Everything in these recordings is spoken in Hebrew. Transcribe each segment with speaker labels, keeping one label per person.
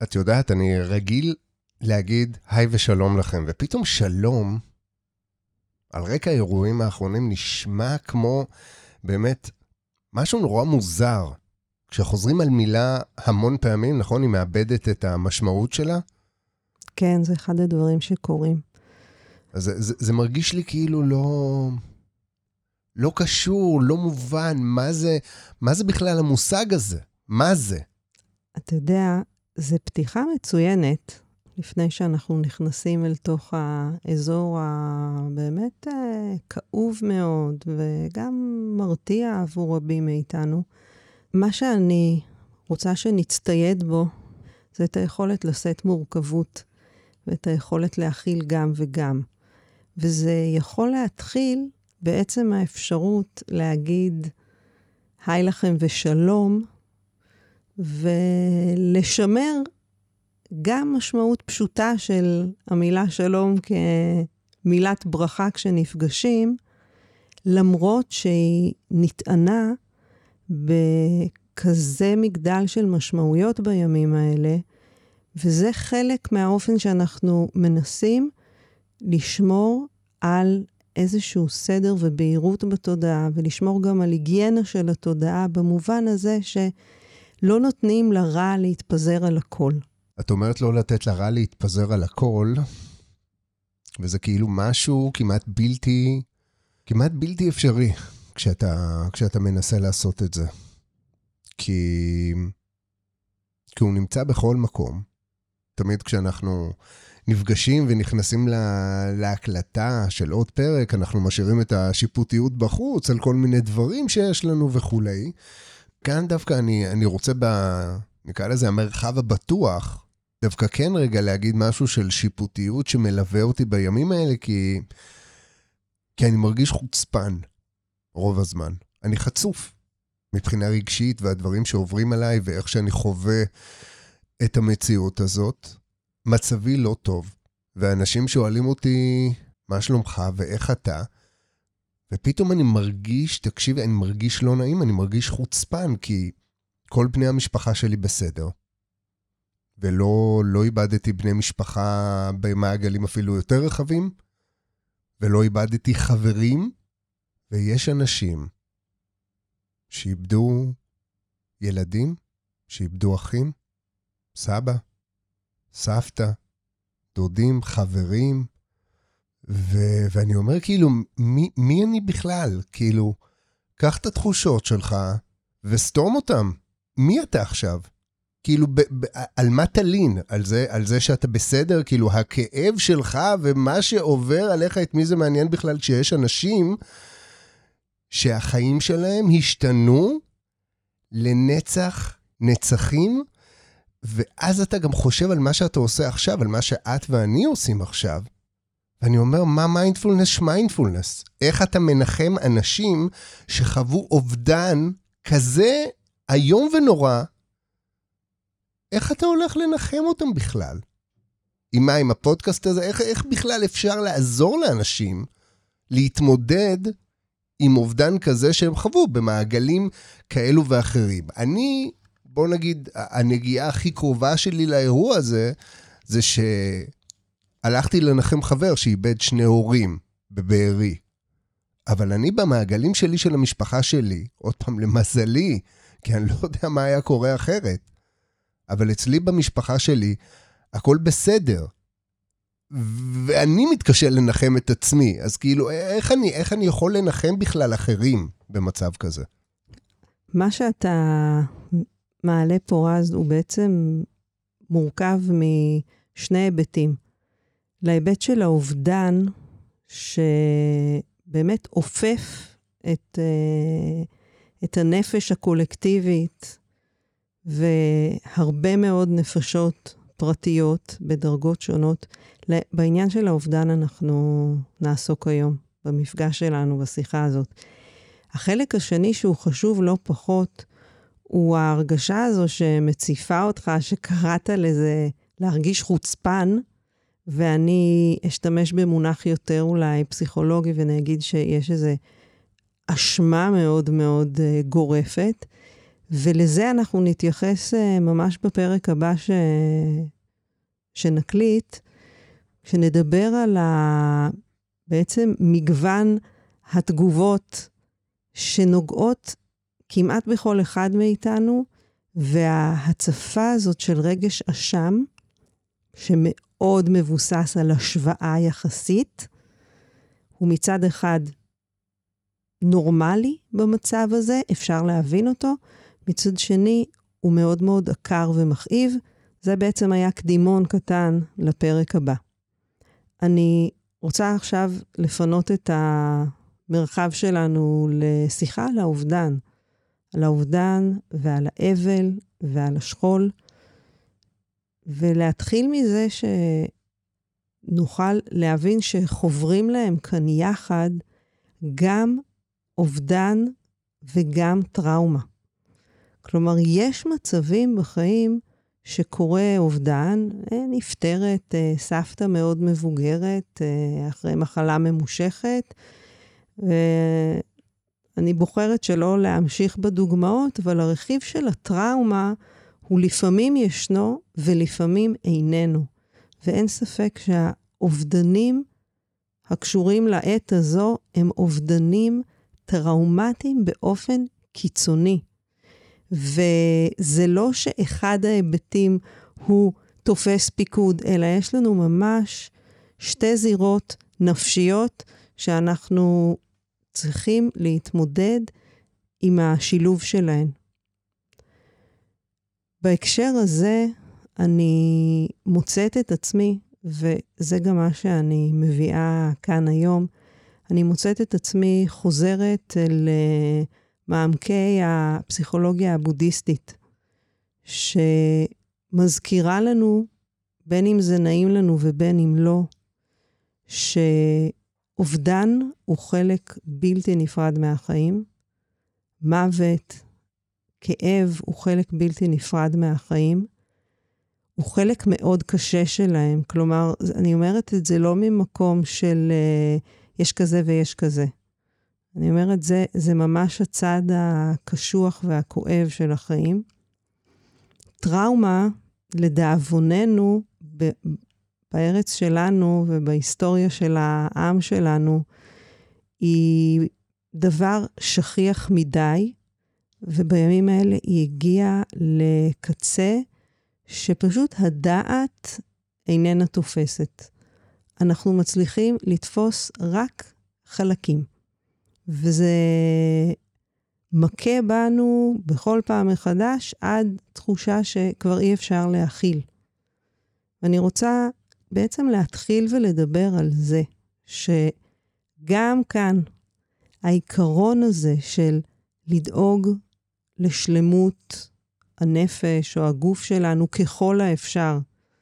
Speaker 1: את יודעת, אני רגיל להגיד היי ושלום לכם, ופתאום שלום, על רקע האירועים האחרונים, נשמע כמו באמת משהו נורא מוזר. כשחוזרים על מילה המון פעמים, נכון? היא מאבדת את המשמעות שלה.
Speaker 2: כן, זה אחד הדברים שקורים.
Speaker 1: אז זה מרגיש לי כאילו לא קשור, לא מובן. מה זה בכלל המושג הזה? מה זה?
Speaker 2: אתה יודע, זה פתיחה מצוינת, לפני שאנחנו נכנסים אל תוך האזור הבאמת כאוב מאוד, וגם מרתיע עבור רבים מאיתנו. מה שאני רוצה שנצטייד בו, זה את היכולת לשאת מורכבות, ואת היכולת להכיל גם וגם. וזה יכול להתחיל בעצם האפשרות להגיד היי לכם ושלום, ולשמר גם משמעות פשוטה של המילה שלום כמילת ברכה כשנפגשים, למרות שהיא נטענה בכזה מגדל של משמעויות בימים האלה, וזה חלק מהאופן שאנחנו מנסים לשמור על איזשהו סדר ובהירות בתודעה, ולשמור גם על היגיינה של התודעה, במובן הזה שלא נותנים לרע להתפזר על הכל.
Speaker 1: את אומרת לא לתת לרע להתפזר על הכל, וזה כאילו משהו כמעט בלתי אפשרי כשאתה מנסה לעשות את זה. כי הוא נמצא בכל מקום. תמיד כשאנחנו נפגשים ונכנסים להקלטה של עוד פרק, אנחנו משאירים את השיפוטיות בחוץ על כל מיני דברים שיש לנו וכולי. כאן דווקא אני רוצה נקרא לזה המרחב הבטוח, דווקא כן רגע להגיד משהו של שיפוטיות שמלווה אותי בימים האלה, כי אני מרגיש חוצפן רוב הזמן. אני חצוף מבחינה רגשית, והדברים שעוברים עליי ואיך שאני חווה את המציאות הזאת. מצבי לא טוב, ואנשים שואלים אותי מה שלומך ואיך אתה, ופתאום אני מרגיש, תקשיבי, אני מרגיש לא נעים, אני מרגיש חוצפן, כי כל בני המשפחה שלי בסדר. ולא איבדתי בני משפחה במעגלים אפילו יותר רחבים, ולא איבדתי חברים, ויש אנשים שאיבדו ילדים, שאיבדו אחים, סבא, סבתא, דודים, חברים, ואני אומר כאילו, מי אני בכלל? כאילו, קח את התחושות שלך וסתום אותם. מי אתה עכשיו? כאילו, על מה תלין? על זה שאתה בסדר? כאילו, הכאב שלך ומה שעובר עליך, את מי זה מעניין בכלל כשיש אנשים שהחיים שלהם השתנו לנצח נצחים, ואז אתה גם חושב על מה שאתה עושה עכשיו, על מה שאת ואני עושים עכשיו, ואני אומר, מה מיינדפולנס? איך אתה מנחם אנשים שחוו אובדן כזה היום ונורא? איך אתה הולך לנחם אותם בכלל? עם הפודקאסט הזה, איך בכלל אפשר לעזור לאנשים להתמודד עם אובדן כזה שהם חוו במעגלים כאלו ואחרים? בוא נגיד, הנגיעה הכי קרובה שלי לאירוע הזה, זה שהלכתי לנחם חבר שאיבד 2 הורים בבארי. אבל אני במעגלים שלי של המשפחה שלי, עוד פעם למזלי, כי אני לא יודע מה היה קורה אחרת, אבל אצלי במשפחה שלי, הכל בסדר. ואני מתקשה לנחם את עצמי. אז כאילו, איך אני יכול לנחם בכלל אחרים במצב כזה?
Speaker 2: מה שאתה מעלה פה רז הוא בעצם מורכב משני היבטים. להיבט של האובדן, שבאמת אופף את הנפש הקולקטיבית, והרבה מאוד נפשות פרטיות בדרגות שונות. בעניין של האובדן אנחנו נעסוק היום במפגש שלנו, בשיחה הזאת. החלק השני שהוא חשוב לא פחות, הוא ההרגשה הזו שמציפה אותך, שקראת לזה להרגיש חוצפן, ואני אשתמש במונח יותר אולי פסיכולוגי, ונגיד שיש איזו אשמה מאוד מאוד גורפת, ולזה אנחנו נתייחס ממש בפרק הבא שנקליט, שנדבר על בעצם מגוון התגובות שנוגעות כמעט בכל אחד מאיתנו, וההצפה הזאת של רגש אשם, שמאוד מבוסס על השוואה יחסית, הוא מצד אחד נורמלי במצב הזה, אפשר להבין אותו, מצד שני הוא מאוד מאוד עקר ומכאיב, זה בעצם היה קדימון קטן לפרק הבא. אני רוצה עכשיו לפנות את המרחב שלנו לשיחה על האובדן, על האובדן ועל האבל ועל השכול, ולהתחיל מזה שנוכל להבין שחוברים להם כאן יחד גם אובדן וגם טראומה. כלומר, יש מצבים בחיים שקורה אובדן, נפטרת סבתא מאוד מבוגרת אחרי מחלה ממושכת, ואני בוחרת שלא להמשיך בדוגמאות, אבל הרכיב של הטראומה הוא לפעמים ישנו ולפעמים איננו. ואין ספק שהאובדנים הקשורים לעת הזו הם אובדנים טראומטיים באופן קיצוני. וזה לא שאחד ההיבטים הוא תופס פיקוד, אלא יש לנו ממש שתי זירות נפשיות שאנחנו צריכים להתמודד עם השילוב שלהן. בהקשר הזה אני מוצאת את עצמי, וזה גם מה שאני מביאה כאן היום, אני מוצאת את עצמי חוזרת אל מעמקי הפסיכולוגיה הבודהיסטית, שמזכירה לנו, בין אם זה נעים לנו ובין אם לא, שאובדן הוא חלק בלתי נפרד מהחיים, מוות, כאב הוא חלק בלתי נפרד מהחיים, הוא חלק מאוד קשה שלהם. כלומר, אני אומרת את זה לא ממקום של יש כזה ויש כזה. אני אומרת, זה ממש הצד הקשוח והכואב של החיים. טראומה, לדאבוננו, בארץ שלנו ובהיסטוריה של העם שלנו, היא דבר שכיח מדי, ובימים האלה היא הגיעה לקצה שפשוט הדעת איננה תופסת. אנחנו מצליחים לתפוס רק חלקים. וזה מכה בנו בכל פעם מחדש עד תחושה שכבר אי אפשר להכיל. ואני רוצה בעצם להתחיל ולדבר על זה, שגם כאן העיקרון הזה של לדאוג לשלמות הנפש או הגוף שלנו ככל האפשר,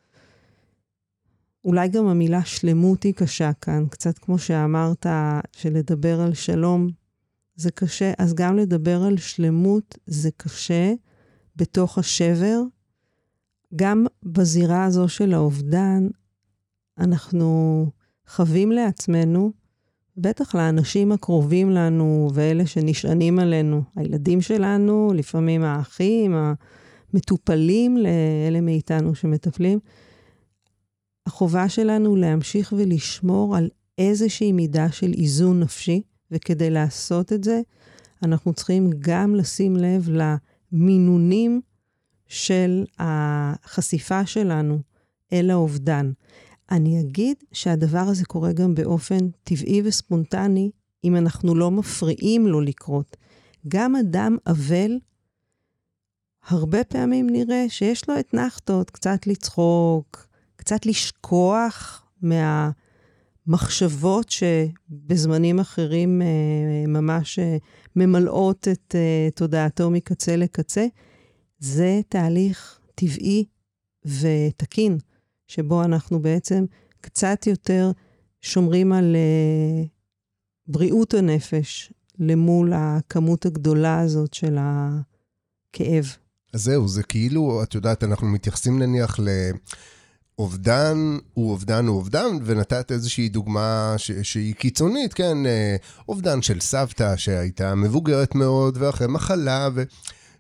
Speaker 2: אולי גם המילה שלמות היא קשה כאן, קצת כמו שאמרת, שלדבר על שלום זה קשה, אז גם לדבר על שלמות זה קשה בתוך השבר. גם בזירה הזו של האובדן, אנחנו חווים לעצמנו, בטח לאנשים הקרובים לנו ואלה שנשענים עלינו, הילדים שלנו, לפעמים האחים, המטופלים, לאלה מאיתנו שמטפלים, החובה שלנו להמשיך ולשמור על איזושהי מידה של איזון נפשי, וכדי לעשות את זה, אנחנו צריכים גם לשים לב למינונים של החשיפה שלנו אל האובדן. אני אגיד שהדבר הזה קורה גם באופן טבעי וספונטני, אם אנחנו לא מפריעים לו לקרות. גם אדם אבל, הרבה פעמים נראה שיש לו אתנחתות, קצת לצחוק, קצת לשכוח מהמחשבות שבזמנים אחרים ממש ממלאות את תודעתו מקצה לקצה. זה תהליך טבעי ותקין, שבו אנחנו בעצם קצת יותר שומרים על בריאות הנפש, למול הכמות הגדולה הזאת של הכאב.
Speaker 1: אז זהו, זה כאילו, את יודעת, אנחנו מתייחסים נניח אובדן הוא אובדן הוא אובדן, ונתת איזושהי דוגמה שהיא קיצונית, כן? אובדן של סבתא שהייתה מבוגרת מאוד, ואחרי מחלה,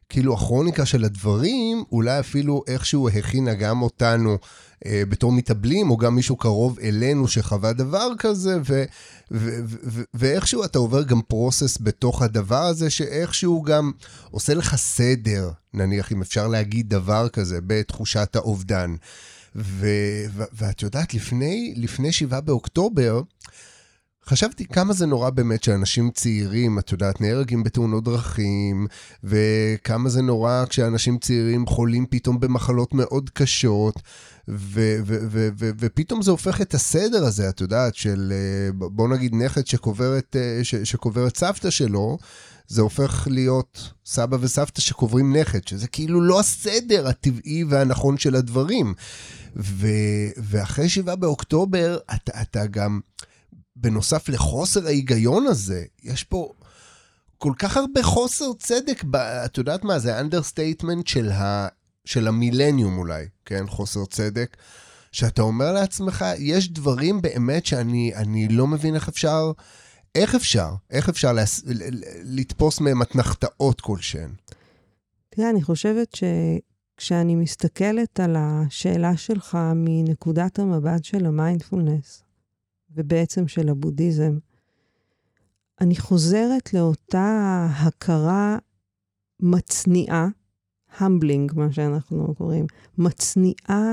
Speaker 1: כאילו הכרוניקה של הדברים, אולי אפילו איכשהו הכינה גם אותנו בתור מתאבלים, או גם מישהו קרוב אלינו שחווה דבר כזה, ואיכשהו אתה עובר גם פרוסס בתוך הדבר הזה, שאיכשהו גם עושה לך סדר, נניח אם אפשר להגיד דבר כזה, בתחושת האובדן. ואת יודעת, לפני 7 באוקטובר, חשבתי כמה זה נורא באמת שאנשים צעירים, את יודעת, נהרגים בתאונות דרכים, וכמה זה נורא כשאנשים צעירים חולים פתאום במחלות מאוד קשות, ופתאום זה הופך את הסדר הזה, את יודעת, של בוא נגיד נכד שקוברת סבתא שלו, זה הופך להיות סבא וסבתא שקוברים נכד, שזה כאילו לא הסדר הטבעי והנכון של הדברים. ואחרי 7 באוקטובר, אתה גם, בנוסף לחוסר ההיגיון הזה, יש פה כל כך הרבה חוסר צדק, את יודעת מה, זה האנדרסטייטמנט של המילניום אולי, כן, חוסר צדק, שאתה אומר לעצמך, יש דברים באמת שאני לא מבין איך אפשר לתפוס מהם התנחתאות כלשהן.
Speaker 2: תראה, אני חושבת שכשאני מסתכלת על השאלה שלך מנקודת המבט של המיינדפולנס, ובעצם של הבודהיזם, אני חוזרת לאותה הכרה מצניעה, המבלינג, מה שאנחנו קוראים, מצניעה,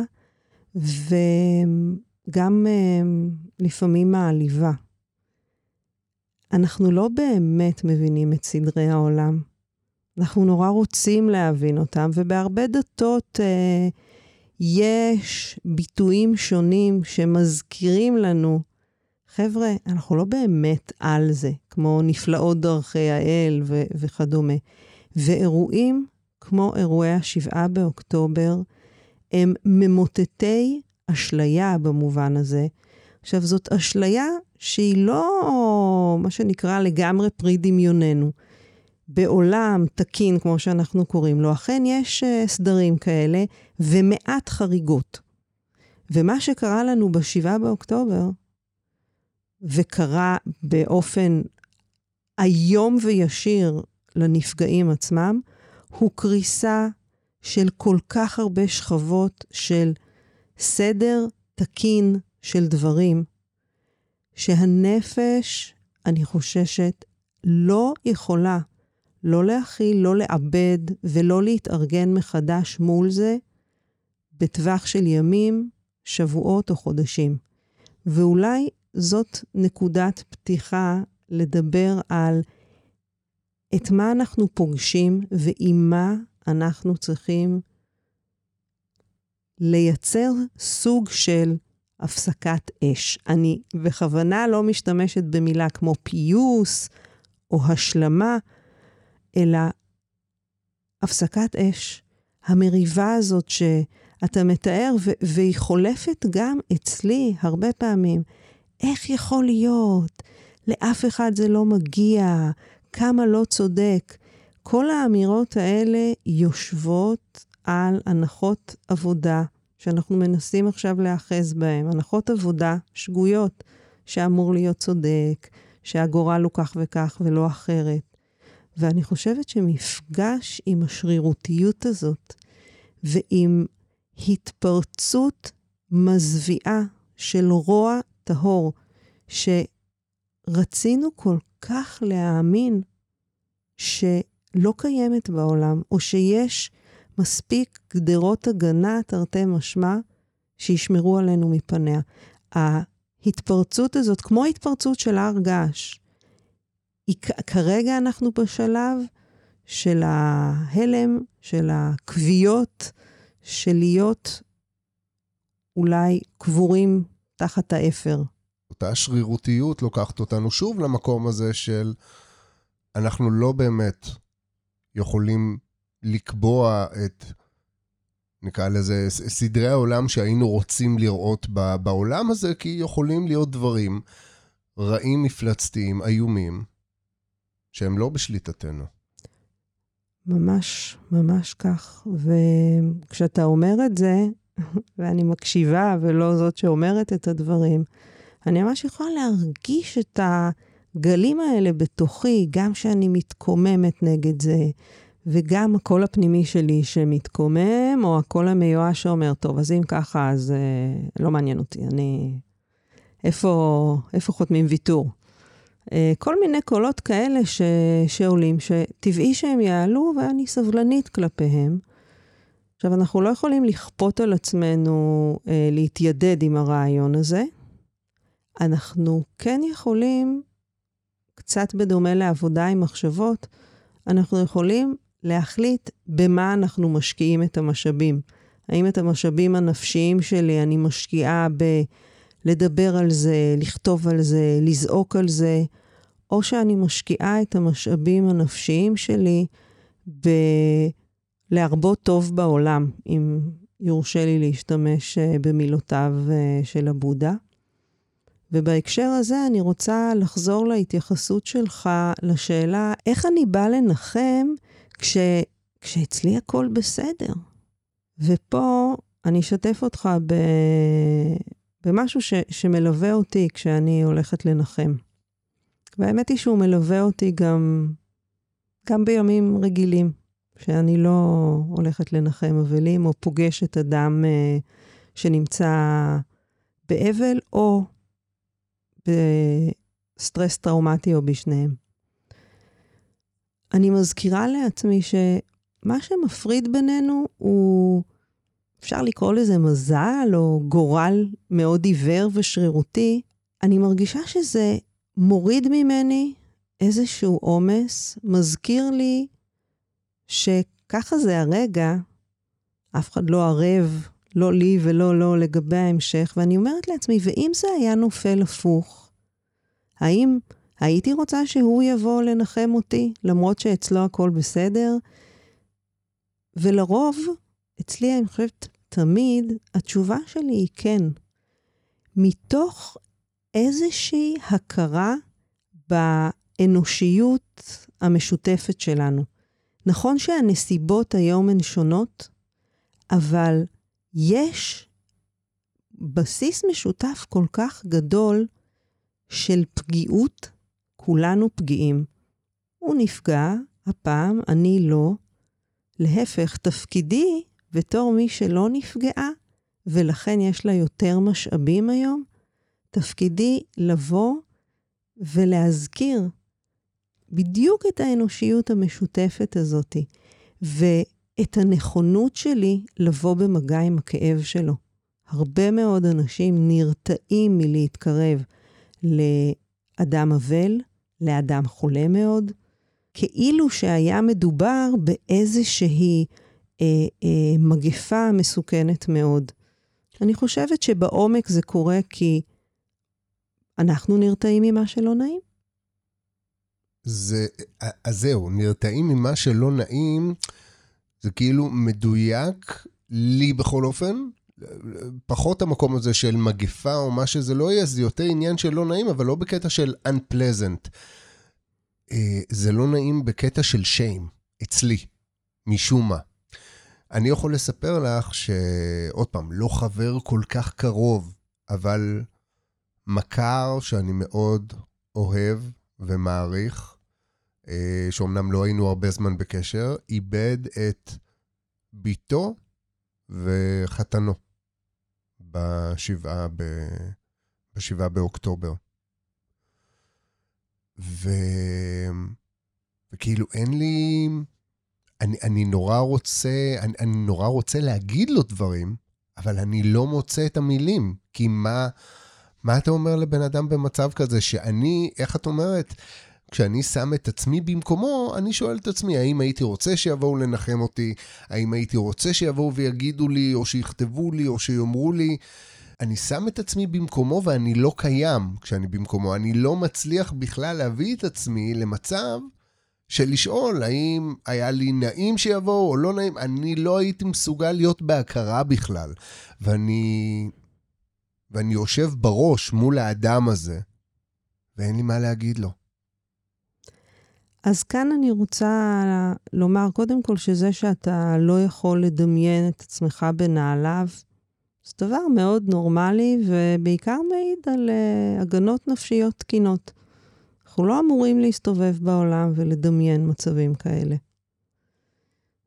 Speaker 2: וגם לפעמים מעליבה. אנחנו לא באמת מבינים את סדרי העולם. אנחנו נורא רוצים להבין אותם, ובהרבה דתות יש ביטויים שונים שמזכירים לנו, חבר'ה, אנחנו לא באמת על זה, כמו נפלאות דרכי האל וכדומה. ואירועים כמו אירועי 7 באוקטובר, הם ממוטטי אשליה במובן הזה. עכשיו, זאת אשליה שהיא לא, מה שנקרא, לגמרי פרי דמיוננו. בעולם תקין, כמו שאנחנו קוראים לו, אכן יש סדרים כאלה, ומעט חריגות. ומה שקרה לנו ב7 באוקטובר, וקרה באופן היום וישיר לנפגעים עצמם, הוא קריסה של כל כך הרבה שכבות של סדר תקין של דברים, שהנפש, אני חוששת, לא יכולה לא להכיל, לא לאבד ולא להתארגן מחדש מול זה, בטווח של ימים, שבועות או חודשים. ואולי זאת נקודת פתיחה לדבר על את מה אנחנו פוגשים ועם מה אנחנו צריכים לייצר סוג של הפסקת אש. אני בכוונה לא משתמשת במילה כמו פיוס או השלמה, אלא הפסקת אש. המריבה הזאת שאתה מתאר, והיא חולפת גם אצלי הרבה פעמים. איך יכול להיות? לאף אחד זה לא מגיע, כמה לא צודק. כל האמירות האלה יושבות על הנחות עבודה, שאנחנו מנסים עכשיו להאחז בהן. הנחות עבודה שגויות, שאמור להיות צודק, שהגורל הוא כך וכך ולא אחרת. ואני חושבת שמפגש עם השרירותיות הזאת, ועם התפרצות מזוויעה של רוע טהור, שרצינו כל כך להאמין שלא קיימת בעולם, או שיש מספיק גדרות הגנה, תרתי משמע, שישמרו עלינו מפניה. ההתפרצות הזאת, כמו ההתפרצות של הר געש, כרגע אנחנו בשלב של ההלם, של הקביעות, של להיות אולי קבורים תחת האפר.
Speaker 1: אותה שרירותיות לוקחת אותנו שוב למקום הזה של אנחנו לא באמת יכולים לקבוע את, נקרא לזה, סדרי העולם שהיינו רוצים לראות בעולם הזה, כי יכולים להיות דברים רעים מפלצתיים, איומים, שהם לא בשליטתנו.
Speaker 2: ממש, ממש כך. וכשאתה אומר את זה, ואני מקשיבה ולא זאת שאומרת את הדברים, אני ממש יכולה להרגיש את הגלים האלה בתוכי, גם שאני מתקוממת נגד זה, וגם הקול הפנימי שלי שמתקומם, או הקול המיואש שאומר, טוב, אז אם ככה, אז לא מעניין אותי, איפה חותמים ויתור? כל מיני קולות כאלה שעולים, שטבעי שהם יעלו, ואני סבלנית כלפיהם. עכשיו, אנחנו לא יכולים לכפות על עצמנו להתיידד עם הרעיון הזה. אנחנו כן יכולים, קצת בדומה לעבודה עם מחשבות, אנחנו יכולים להחליט במה אנחנו משקיעים את המשאבים. האם את המשאבים הנפשיים שלי אני משקיעה לדבר על זה, לכתוב על זה, לזעוק על זה, או שאני משקיעה את המשאבים הנפשיים שלי להרבות טוב בעולם, אם יורשה לי להשתמש במילותיו של הבודה. ובהקשר הזה אני רוצה לחזור להתייחסות שלך לשאלה, איך אני באה לנחם כשאצלי הכל בסדר? ופה אני אשתף אותך במשהו שמלווה אותי כשאני הולכת לנחם. והאמת היא שהוא מלווה אותי גם בימים רגילים, שאני לא הולכת לנחם אבלים, או פוגשת אדם שנמצא באבל, או בסטרס טראומטי או בשניהם. אני מזכירה לעצמי שמה שמפריד בינינו הוא, אפשר לקרוא לזה מזל או גורל מאוד עיוור ושרירותי. אני מרגישה שזה מוריד ממני איזשהו עומס, מזכיר לי שככה זה הרגע, אף אחד לא ערב, לא לי ולא לא לגבי ההמשך, ואני אומרת לעצמי, ואם זה היה נופל הפוך, האם הייתי רוצה שהוא יבוא לנחם אותי, למרות שאצלו הכל בסדר? ולרוב, אצלי אני חושבת תמיד, התשובה שלי היא כן. מתוך איזושהי הכרה באנושיות המשותפת שלנו. נכון שהנסיבות היום הן שונות, אבל יש בסיס משותף כל כך גדול של פגיעות, כולנו פגיעים. הוא נפגע, הפעם אני לא. להפך, תפקידי בתור מי שלא נפגעה, ולכן יש לה יותר משאבים היום, תפקידי לבוא ולהזכיר בדיוק את האנושיות המשותפת הזאת, ואת הנכונות שלי לבוא במגע עם הכאב שלו. הרבה מאוד אנשים נרתעים מלהתקרב לאדם אבל, לאדם חולה מאוד, כאילו שהיה מדובר באיזושהי מגפה מסוכנת מאוד. אני חושבת שבעומק זה קורה כי אנחנו נרתעים ממה שלא נעים.
Speaker 1: אז זהו, נרתעים ממה שלא נעים, זה כאילו מדויק לי בכל אופן, פחות המקום הזה של מגפה או מה שזה לא יהיה, זה יותר עניין של לא נעים, אבל לא בקטע של unpleasant. זה לא נעים בקטע של shame, אצלי, משום מה. אני יכול לספר לך שעוד פעם, לא חבר כל כך קרוב, אבל מכר שאני מאוד אוהב ומעריך, שאומנם לא היינו הרבה זמן בקשר, איבד את ביתו וחתנו בשבעה באוקטובר. וכאילו אין לי, אני נורא רוצה להגיד לו דברים, אבל אני לא מוצא את המילים, כי מה אתה אומר לבן אדם במצב כזה, שאני, איך את אומרת, כשאני שם את עצמי במקומו, אני שואל את עצמי, האם הייתי רוצה שיבואו לנחם אותי, האם הייתי רוצה שיבואו ויגידו לי, או שיכתבו לי, או שיאמרו לי, אני שם את עצמי במקומו ואני לא קיים כשאני במקומו, אני לא מצליח בכלל להביא את עצמי למצב של לשאול האם היה לי נעים שיבואו או לא נעים, אני לא הייתי מסוגל להיות בהכרה בכלל, ואני יושב בראש מול האדם הזה, ואין לי מה להגיד לו.
Speaker 2: אז כאן אני רוצה לומר קודם כל שזה שאתה לא יכול לדמיין את עצמך בנעליו, זה דבר מאוד נורמלי ובעיקר מעיד על הגנות נפשיות תקינות. אנחנו לא אמורים להסתובב בעולם ולדמיין מצבים כאלה.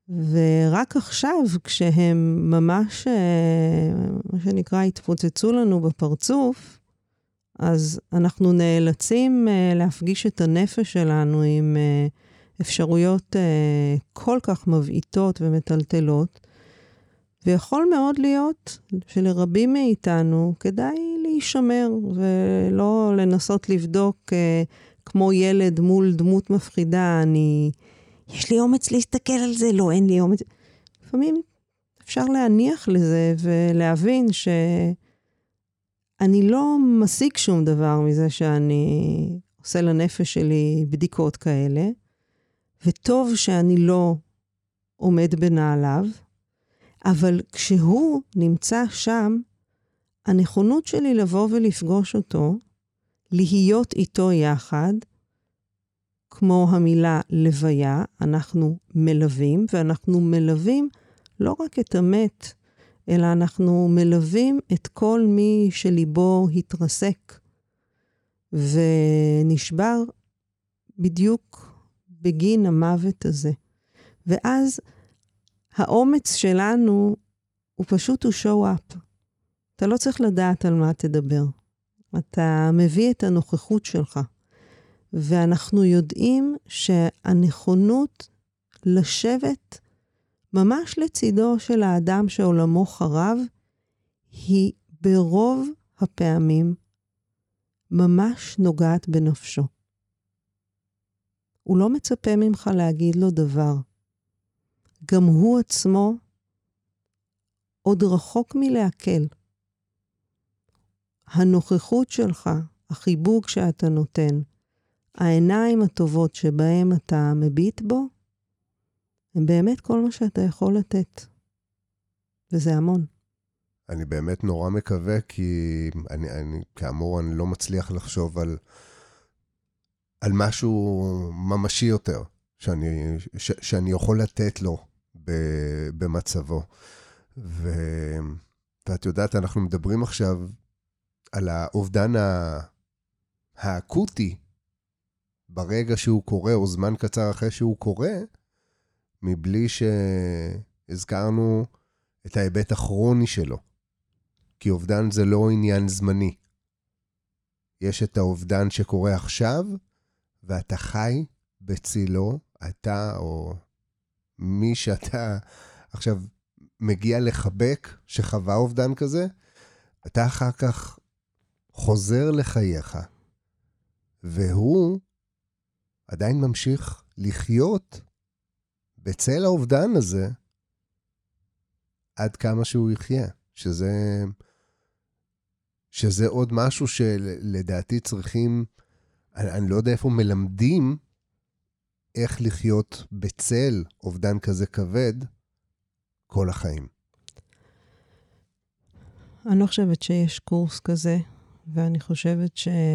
Speaker 2: ורק עכשיו, כשהם ממש, מה שנקרא, התפוצצו לנו בפרצוף, אז אנחנו נאלצים להפגיש את הנפש שלנו עם אפשרויות כל כך מבעיטות ומטלטלות, ויכול מאוד להיות שלרבים מאיתנו כדאי להישמר, ולא לנסות לבדוק כמו ילד מול דמות מפחידה, יש לי אומץ להסתכל על זה? לא, אין לי אומץ. לפעמים אפשר להניח לזה ולהבין שאני לא משיג שום דבר מזה שאני עושה לנפש שלי בדיקות כאלה, וטוב שאני לא עומד בנעליו, אבל כשהוא נמצא שם, הנכונות שלי לבוא ולפגוש אותו, להיות איתו יחד, כמו המילה לוויה, אנחנו מלווים, ואנחנו מלווים לא רק את המת, אלא אנחנו מלווים את כל מי שליבו התרסק, ונשבר בדיוק בגין המוות הזה. ואז האומץ שלנו הוא פשוט to show up. אתה לא צריך לדעת על מה תדבר. אתה מביא את הנוכחות שלך. ואנחנו יודעים שהנכונות לשבת ממש לצידו של האדם שעולמו חרב, היא ברוב הפעמים ממש נוגעת בנפשו. הוא לא מצפה ממך להגיד לו דבר. גם הוא עצמו עוד רחוק מלהקל. הנוכחות שלך, החיבוק שאתה נותן, העיניים הטובות שבהם אתה מביט בו, הם באמת כל מה שאתה יכול לתת. וזה המון.
Speaker 1: אני באמת נורא מקווה, כי כאמור, אני לא מצליח לחשוב על משהו ממשי יותר, שאני יכול לתת לו במצבו. ואת יודעת, אנחנו מדברים עכשיו על האובדן האקוטי, ברגע שהוא קורה, או זמן קצר אחרי שהוא קורה, מבלי שהזכרנו את ההיבט הכרוני שלו. כי אובדן זה לא עניין זמני. יש את האובדן שקורה עכשיו, ואתה חי בצילו, אתה או מי שאתה עכשיו מגיע לחבק, שחווה אובדן כזה, אתה אחר כך חוזר לחייך, והוא עדיין ממשיך לחיות בצל האובדן הזה, עד כמה שהוא יחיה, שזה עוד משהו שלדעתי צריכים, אני לא יודע איפה מלמדים, איך לחיות בצל אובדן כזה כבד, כל החיים.
Speaker 2: אני לא חושבת שיש קורס כזה, ואני חושבת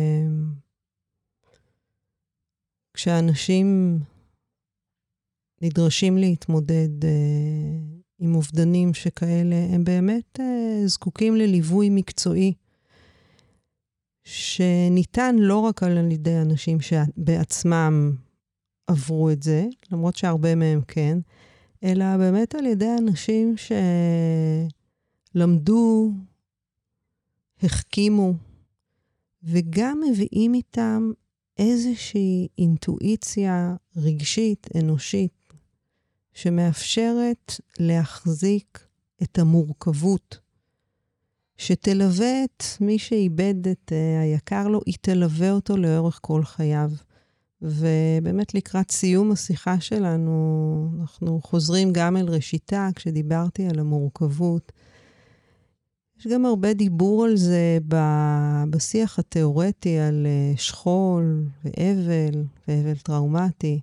Speaker 2: כשאנשים נדרשים להתמודד עם אובדנים שכאלה, הם באמת זקוקים לליווי מקצועי, שניתן לא רק על ידי אנשים שבעצמם עברו את זה, למרות שהרבה מהם כן, אלא באמת על ידי אנשים שלמדו, החכימו, וגם מביאים איתם איזושהי אינטואיציה רגשית, אנושית, שמאפשרת להחזיק את המורכבות, שתלווה את מי שאיבד את היקר לו, היא תלווה אותו לאורך כל חייו. ובאמת לקראת סיום השיחה שלנו, אנחנו חוזרים גם אל ראשיתה, כשדיברתי על המורכבות. יש גם הרבה דיבור על זה בשיח התיאורטי, על שכול ואבל טראומטי,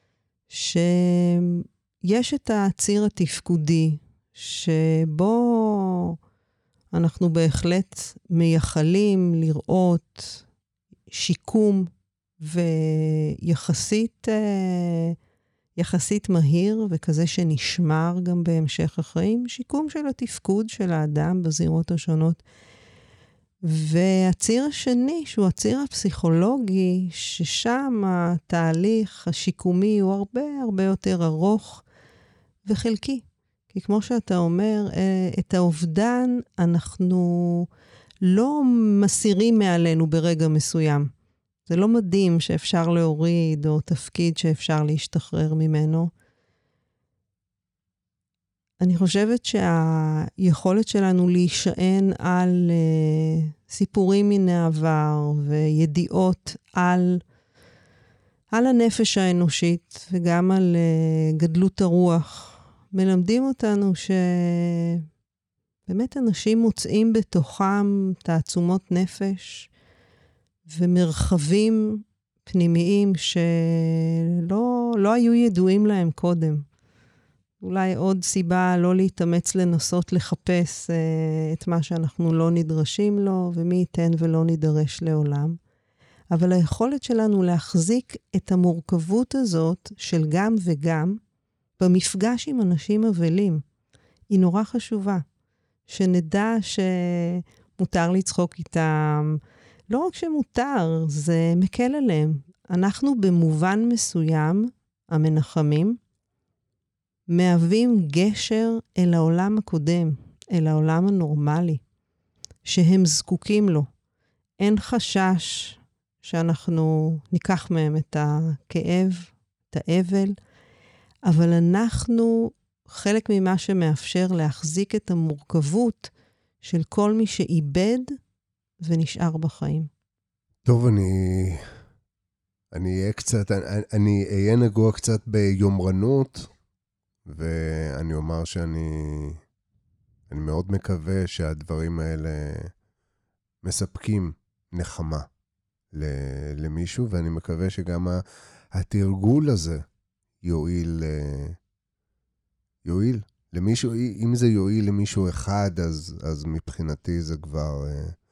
Speaker 2: שיש את הציר התפקודי, שבו אנחנו בהחלט מייחלים לראות שיקום ויחסית מהיר, וכזה שנשמר גם בהמשך החיים, שיקום של התפקוד של האדם בזירות השונות. והציר השני, שהוא הציר הפסיכולוגי, ששם התהליך השיקומי הוא הרבה הרבה יותר ארוך, וחלקי. כי כמו שאתה אומר, את האובדן אנחנו לא מסירים מעלינו ברגע מסוים. זה לא מדהים שאפשר להוריד, או תפקיד שאפשר להשתחרר ממנו. אני חושבת שהיכולת שלנו להישען על סיפורים מן העבר, וידיעות על הנפש האנושית, וגם על גדלות הרוח, מלמדים אותנו שבאמת אנשים מוצאים בתוכם תעצומות נפש, ומרחבים פנימיים שלא היו ידועים להם קודם. אולי עוד סיבה לא להתאמץ לנסות לחפש את מה שאנחנו לא נדרשים לו, ומי ייתן ולא נידרש לעולם. אבל היכולת שלנו להחזיק את המורכבות הזאת של גם וגם, במפגש עם אנשים אבלים, היא נורא חשובה. שנדע שמותר לצחוק איתם, לא רק שמותר, זה מקל עליהם. אנחנו במובן מסוים, המנחמים, מהווים גשר אל העולם הקודם, אל העולם הנורמלי, שהם זקוקים לו. אין חשש שאנחנו ניקח מהם את הכאב, את האבל, אבל אנחנו חלק ממה שמאפשר להחזיק את המורכבות של כל מי שאיבד ונשאר בחיים.
Speaker 1: טוב, אני אהיה נגוע קצת ביומרנות, ואני אומר שאני מאוד מקווה שהדברים האלה מספקים נחמה למישהו, ואני מקווה שגם התרגול הזה יועיל למישהו. אם זה יועיל למישהו אחד, אז מבחינתי זה כבר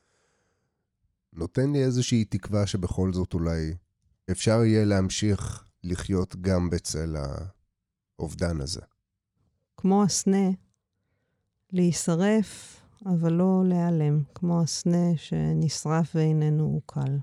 Speaker 1: נותן לי איזושהי תקווה שבכל זאת אולי אפשר יהיה להמשיך לחיות גם בצל האובדן הזה.
Speaker 2: כמו הסנה, להישרף, אבל לא להיעלם, כמו הסנה שנשרף ואיננו קל.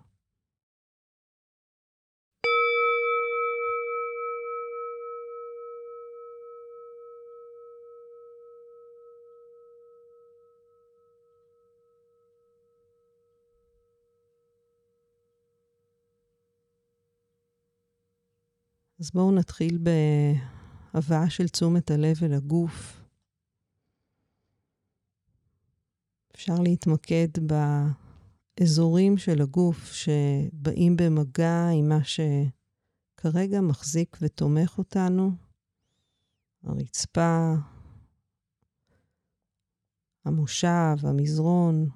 Speaker 2: אז בואו נתחיל בהבאה של תשומת הלב אל הגוף. אפשר להתמקד באזורים של הגוף שבאים במגע עם מה שכרגע מחזיק ותומך אותנו. הרצפה, המושב, המזרון.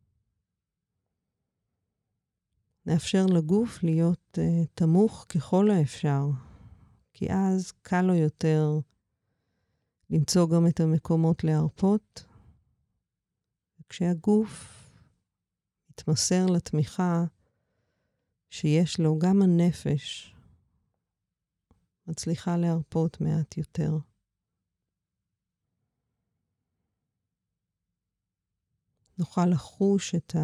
Speaker 2: נאפשר לגוף להיות תמוך ככל האפשר, כי אז קל לו יותר למצוא גם את המקומות להרפות. כשהגוף מתמסר לתמיכה שיש לו, גם הנפש מצליחה להרפות מעט יותר. נוכל לחוש את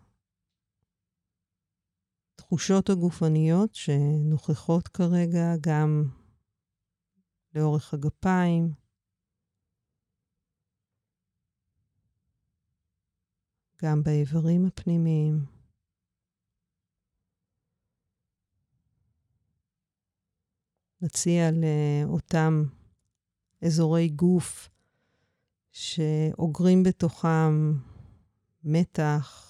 Speaker 2: התחושות הגופניות שנוכחות כרגע גם לאורך הגפיים, גם באיברים הפנימיים. נציע לאותם אזורי גוף שאוגרים בתוכם מתח,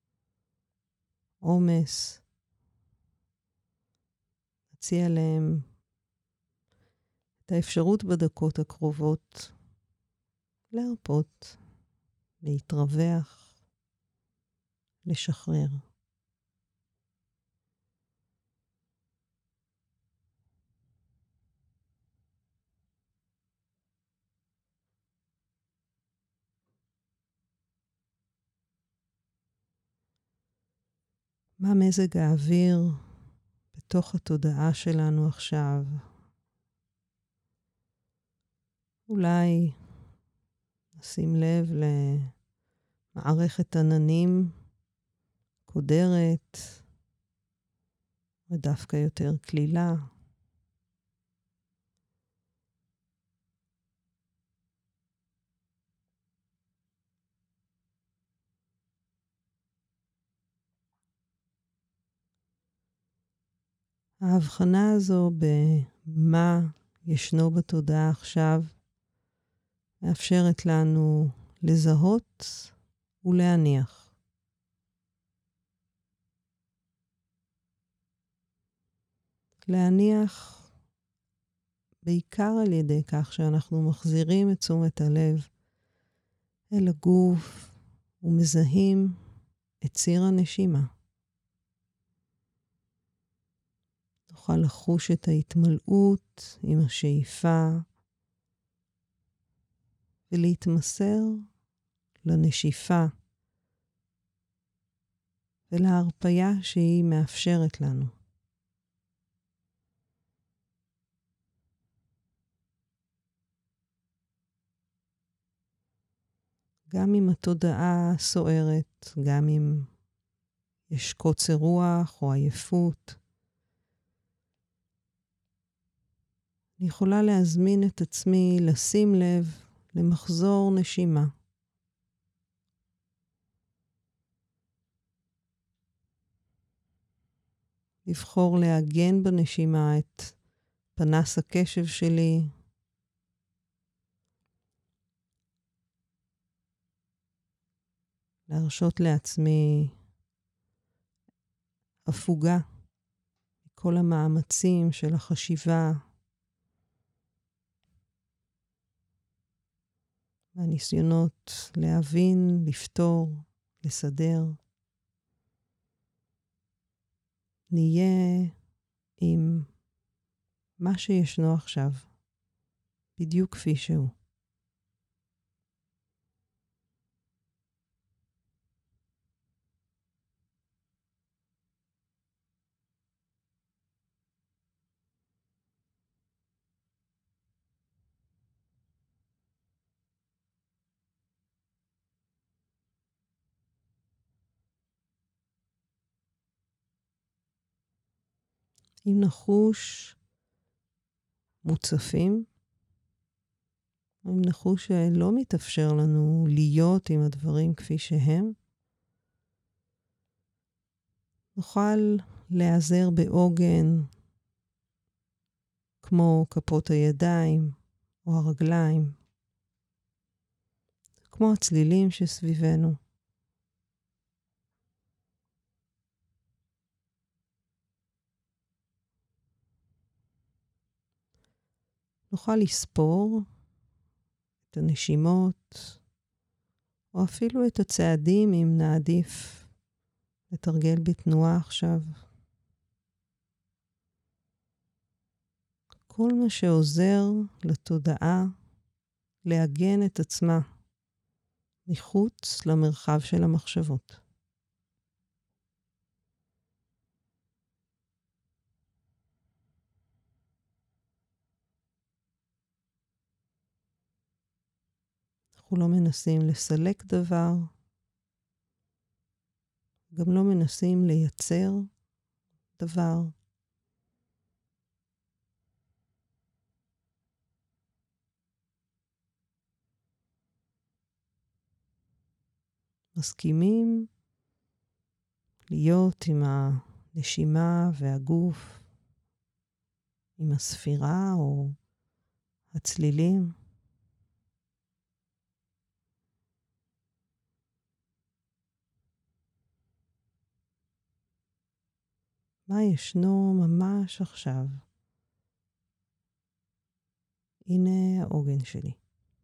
Speaker 2: עומס. נציע להם את האפשרות בדקות הקרובות להרפות, להתרווח, לשחרר. מה מזג האוויר בתוך התודעה שלנו עכשיו? אולי נשים לב למערכת עננים קודרת, ודווקא יותר כלילה. ההבחנה הזו במה ישנו בתודעה עכשיו מאפשרת לנו לזהות ולהניח. להניח בעיקר על ידי כך שאנחנו מחזירים את תשומת הלב אל הגוף ומזהים את ציר הנשימה. נוכל לחוש את ההתמלאות עם השאיפה ולהתמסר לנשיפה ולהרפיה שהיא מאפשרת לנו. גם אם התודעה סוערת, גם אם יש קוצר רוח או עייפות, אני יכולה להזמין את עצמי לשים לב למחזור נשימה. לבחור להגן בנשימה את פנס הקשב שלי, להרשות לעצמי הפוגה מכל המאמצים של החשיבה, והניסיונות להבין, לפתור, לסדר. נהיה עם מה שישנו עכשיו, בדיוק כפי שהוא. אם נחוש מוצפים, אם נחוש שלא מתאפשר לנו להיות עם הדברים כפי שהם, נוכל להיעזר בעוגן כמו כפות הידיים או הרגליים, כמו הצלילים שסביבנו. נוכל לספור את הנשימות, או אפילו את הצעדים אם נעדיף לתרגל בתנועה עכשיו. כל מה שעוזר לתודעה להגן את עצמה מחוץ למרחב של המחשבות. אנחנו לא מנסים לסלק דבר, גם לא מנסים לייצר דבר. מסכימים להיות עם הנשימה והגוף, עם הספירה או הצלילים. מה ישנו ממש עכשיו? הנה העוגן שלי.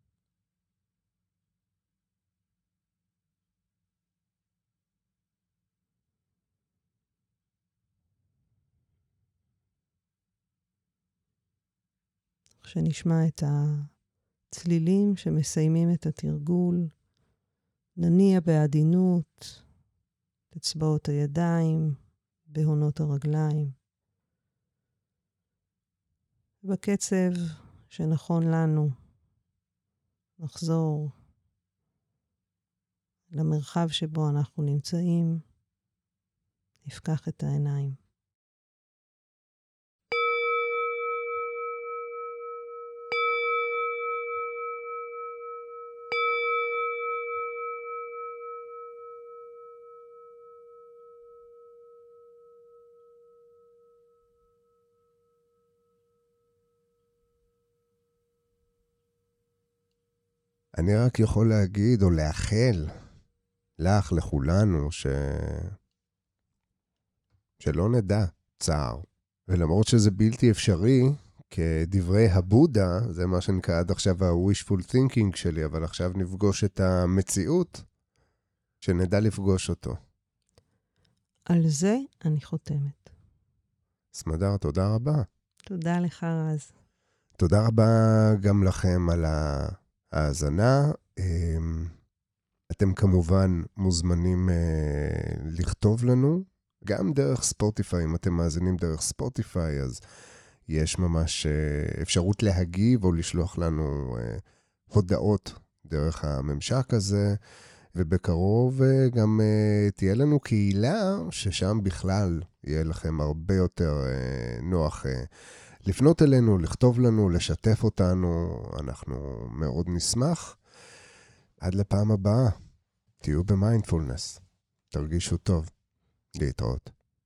Speaker 2: כשנשמע את הצלילים שמסיימים את התרגול, נניע בעדינות את אצבעות הידיים, בהונות הרגליים. בקצב שנכון לנו, נחזור למרחב שבו אנחנו נמצאים, נפקח את העיניים.
Speaker 1: אני רק יכול להגיד או לאחל לך, לכולנו, שלא נדע צער. ולמרות שזה בלתי אפשרי, כדברי הבודה, זה מה שנקרא עד עכשיו ה-wishful thinking שלי, אבל עכשיו נפגוש את המציאות, שנדע לפגוש אותו.
Speaker 2: על זה אני חותמת.
Speaker 1: סמדר, תודה רבה.
Speaker 2: תודה לך, רז.
Speaker 1: תודה רבה גם לכם על ההאזנה. אתם כמובן מוזמנים לכתוב לנו, גם דרך ספוטיפיי. אם אתם מאזינים דרך ספוטיפיי, אז יש ממש אפשרות להגיב או לשלוח לנו הודעות דרך הממשק הזה, ובקרוב גם תהיה לנו קהילה, ששם בכלל יהיה לכם הרבה יותר נוח לפנות אלינו, לכתוב לנו, לשתף אותנו. אנחנו מאוד נשמח. עד לפעם הבאה, תהיו במיינדפולנס. תרגישו טוב. להתראות.